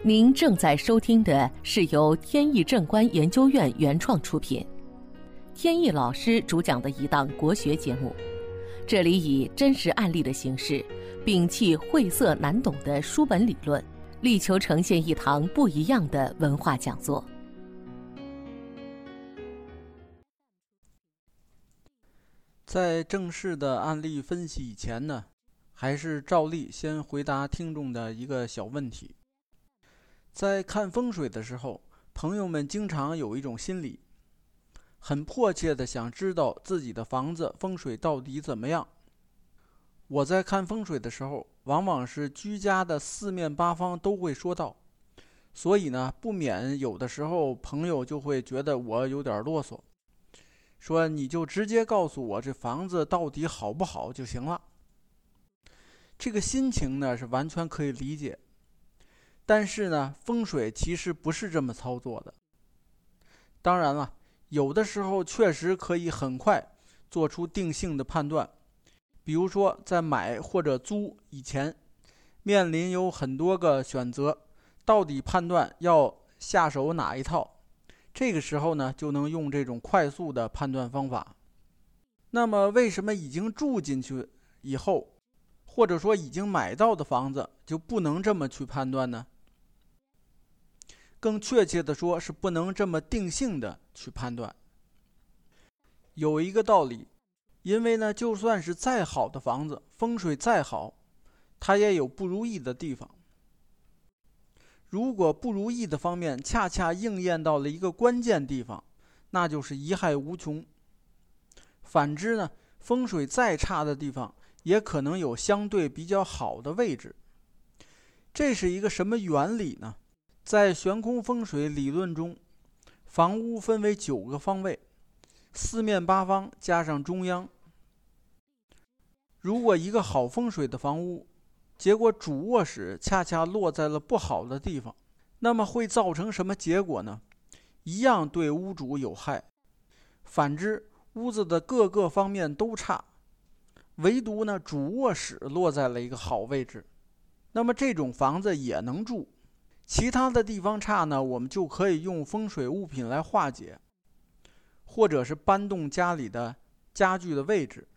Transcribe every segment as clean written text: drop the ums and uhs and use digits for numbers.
您正在收听的是由天意正观研究院原创出品，天意老师主讲的一档国学节目。这里以真实案例的形式，摒弃晦涩难懂的书本理论，力求呈现一堂不一样的文化讲座。 在正式的案例分析以前呢，还是照例先回答听众的一个小问题。在看风水的时候，朋友们经常有一种心理，很迫切的想知道自己的房子风水到底怎么样。我在看风水的时候，往往是居家的四面八方都会说到，所以呢，不免有的时候朋友就会觉得我有点啰嗦，说你就直接告诉我这房子到底好不好就行了。这个心情呢是完全可以理解，但是呢，风水其实不是这么操作的。当然了，有的时候确实可以很快做出定性的判断，比如说在买或者租以前，面临有很多个选择，到底判断要下手哪一套，这个时候呢，就能用这种快速的判断方法。那么为什么已经住进去以后，或者说已经买到的房子就不能这么去判断呢？更确切的说，是不能这么定性的去判断。有一个道理，因为呢，就算是再好的房子，风水再好，它也有不如意的地方。如果不如意的方面恰恰应验到了一个关键地方，那就是贻害无穷。反之呢，风水再差的地方，也可能有相对比较好的位置。这是一个什么原理呢？在悬空风水理论中，房屋分为9个方位，四面八方加上中央。如果一个好风水的房屋，结果主卧室恰恰落在了不好的地方，那么会造成什么结果呢？一样对屋主有害。反之，屋子的各个方面都差，唯独呢主卧室落在了一个好位置，那么这种房子也能住。其他的地方差呢，我们就可以用风水物品来化解，或者是搬动家里的家具的位置。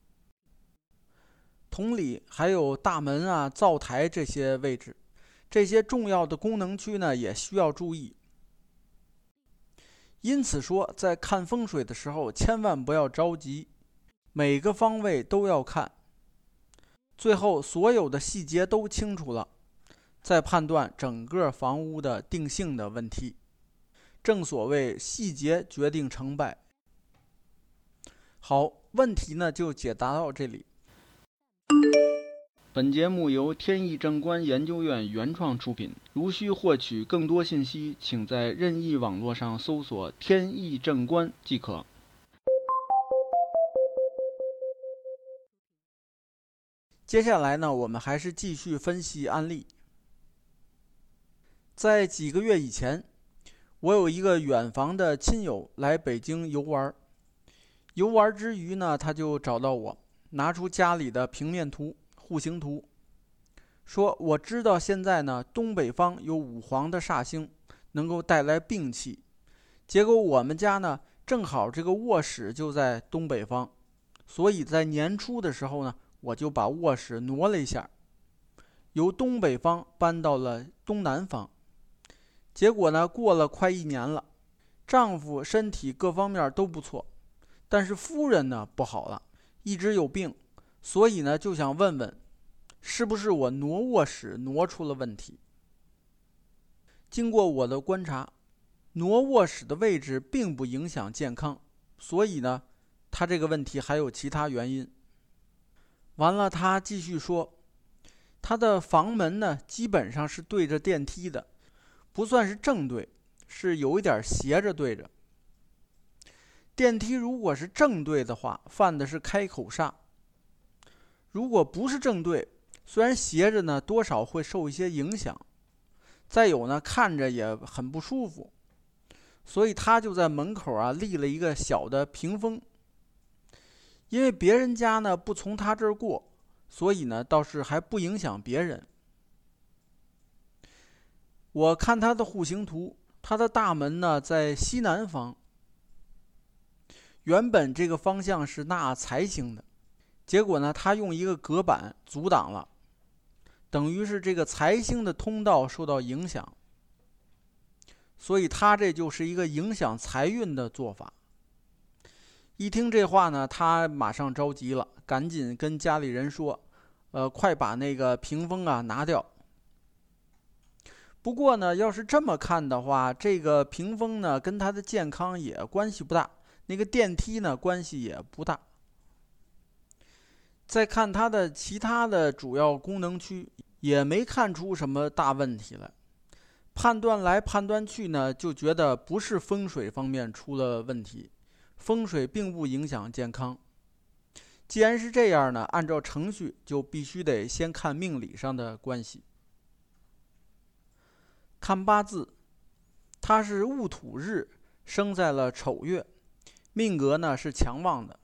同理，还有大门啊、灶台这些位置，这些重要的功能区呢，也需要注意。因此说，在看风水的时候，千万不要着急，每个方位都要看，最后所有的细节都清楚了，再判断整个房屋的定性的问题。正所谓细节决定成败。好，问题呢就解答到这里。本节目由天意正观研究院原创出品，如需获取更多信息，请在任意网络上搜索天意正观即可。接下来呢，我们还是继续分析案例。在几个月以前，我有一个远房的亲友来北京游玩，游玩之余呢，他就找到我，拿出家里的平面图、户型图，说我知道现在呢东北方有五黄的煞星，能够带来病气，结果我们家呢正好这个卧室就在东北方，所以在年初的时候呢，我就把卧室挪了一下，由东北方搬到了东南方。结果呢，过了快1年了，丈夫身体各方面都不错，但是夫人呢不好了，一直有病，所以呢就想问问，是不是我挪卧室挪出了问题？经过我的观察，挪卧室的位置并不影响健康，所以呢，他这个问题还有其他原因。完了，他继续说，他的房门呢基本上是对着电梯的，不算是正对，是有一点斜着对着。电梯如果是正对的话，犯的是开口煞；如果不是正对，虽然斜着呢，多少会受一些影响。再有呢，看着也很不舒服，所以他就在门口啊立了一个小的屏风。因为别人家呢不从他这儿过，所以呢倒是还不影响别人。 我看他的户型图，他的大门呢在西南方，原本这个方向是纳财星的，结果呢他用一个隔板阻挡了，等于是这个财星的通道受到影响，所以他这就是一个影响财运的做法。一听这话呢，他马上着急了，赶紧跟家里人说，快把那个屏风啊拿掉。不过呢，要是这么看的话，这个屏风呢跟他的健康也关系不大，那个电梯呢关系也不大。再看它的其他的主要功能区，也没看出什么大问题来。判断来判断去呢，就觉得不是风水方面出了问题，风水并不影响健康。既然是这样呢，按照程序就必须得先看命理上的关系。看八字，他是戊土日生在了丑月，命格呢是强旺的。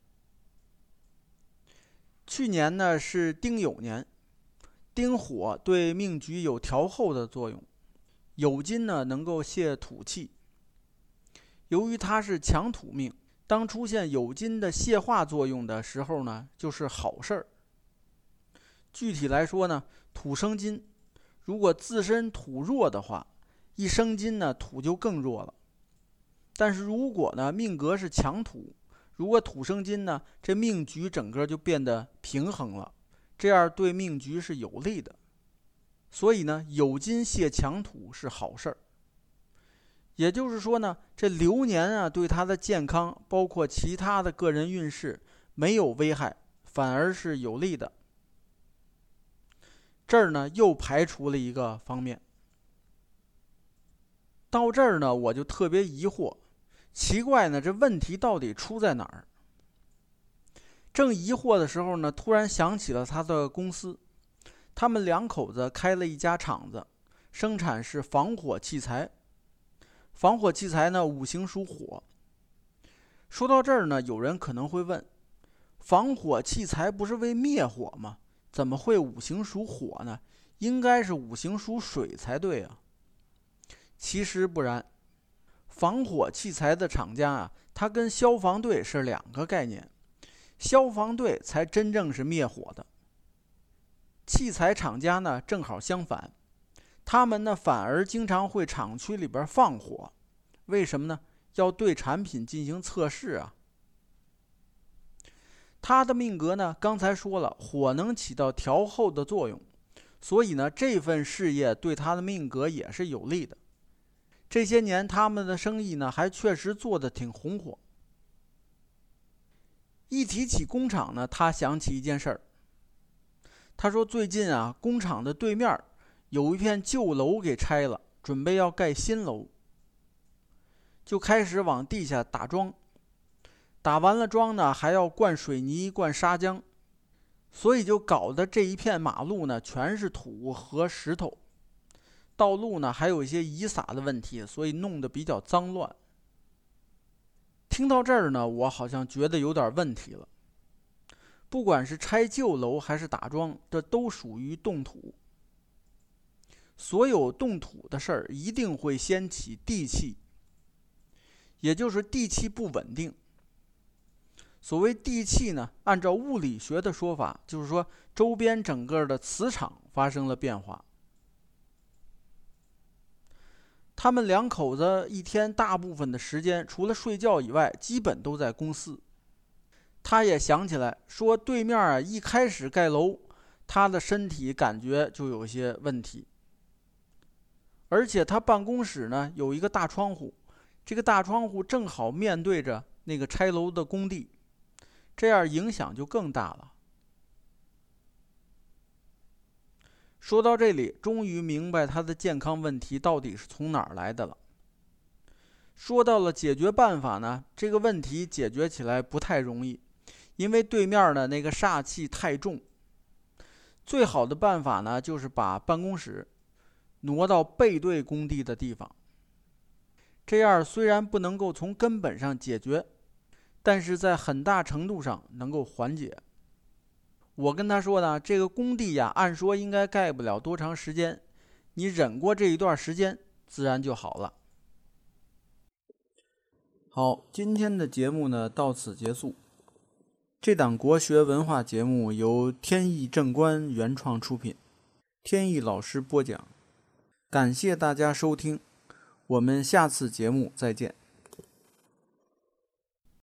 去年呢是丁酉年，丁火对命局有调候的作用，酉金呢能够泄土气。由于它是强土命，当出现酉金的泄化作用的时候呢，就是好事儿。具体来说呢，土生金，如果自身土弱的话，一生金呢土就更弱了。但是如果呢命格是强土，如果土生金呢，这命局整个就变得平衡了，这样对命局是有利的。所以呢，酉金泄强土是好事儿。也就是说呢，这流年啊对他的健康，包括其他的个人运势没有危害，反而是有利的。这儿呢又排除了一个方面。到这儿呢，我就特别疑惑，奇怪呢，这问题到底出在哪儿？正疑惑的时候呢，突然想起了他的公司，他们两口子开了一家厂子，生产是防火器材。防火器材呢，五行属火。说到这儿呢，有人可能会问，防火器材不是为灭火吗？怎么会五行属火呢？应该是五行属水才对啊。其实不然，防火器材的厂家啊，它跟消防队是两个概念，消防队才真正是灭火的。器材厂家呢正好相反，他们呢反而经常会厂区里边放火，为什么呢？要对产品进行测试啊。他的命格呢，刚才说了，火能起到调候的作用，所以呢，这份事业对他的命格也是有利的。这些年他们的生意呢，还确实做得挺红火。一提起工厂呢，他想起一件事儿。他说最近啊，工厂的对面有一片旧楼给拆了，准备要盖新楼，就开始往地下打桩。打完了桩呢，还要灌水泥、灌砂浆，所以就搞得这一片马路呢全是土和石头，道路呢还有一些遗洒的问题，所以弄得比较脏乱。听到这儿呢，我好像觉得有点问题了。不管是拆旧楼还是打桩，这都属于动土。所有动土的事儿一定会掀起地气，也就是地气不稳定。所谓地气呢，按照物理学的说法，就是说周边整个的磁场发生了变化。他们两口子一天大部分的时间，除了睡觉以外，基本都在公司。他也想起来说，对面啊一开始盖楼，他的身体感觉就有些问题。而且他办公室呢有一个大窗户，这个大窗户正好面对着那个拆楼的工地，这样影响就更大了。说到这里，终于明白他的健康问题到底是从哪儿来的了。说到了解决办法呢，这个问题解决起来不太容易，因为对面的那个煞气太重。最好的办法呢，就是把办公室挪到背对工地的地方。这样虽然不能够从根本上解决，但是在很大程度上能够缓解。我跟他说呢，这个工地呀，按说应该盖不了多长时间， 你忍过这一段时间，自然就好了。好，今天的节目呢到此结束。这档国学文化节目由天意正观原创出品，天意老师播讲，感谢大家收听，我们下次节目再见。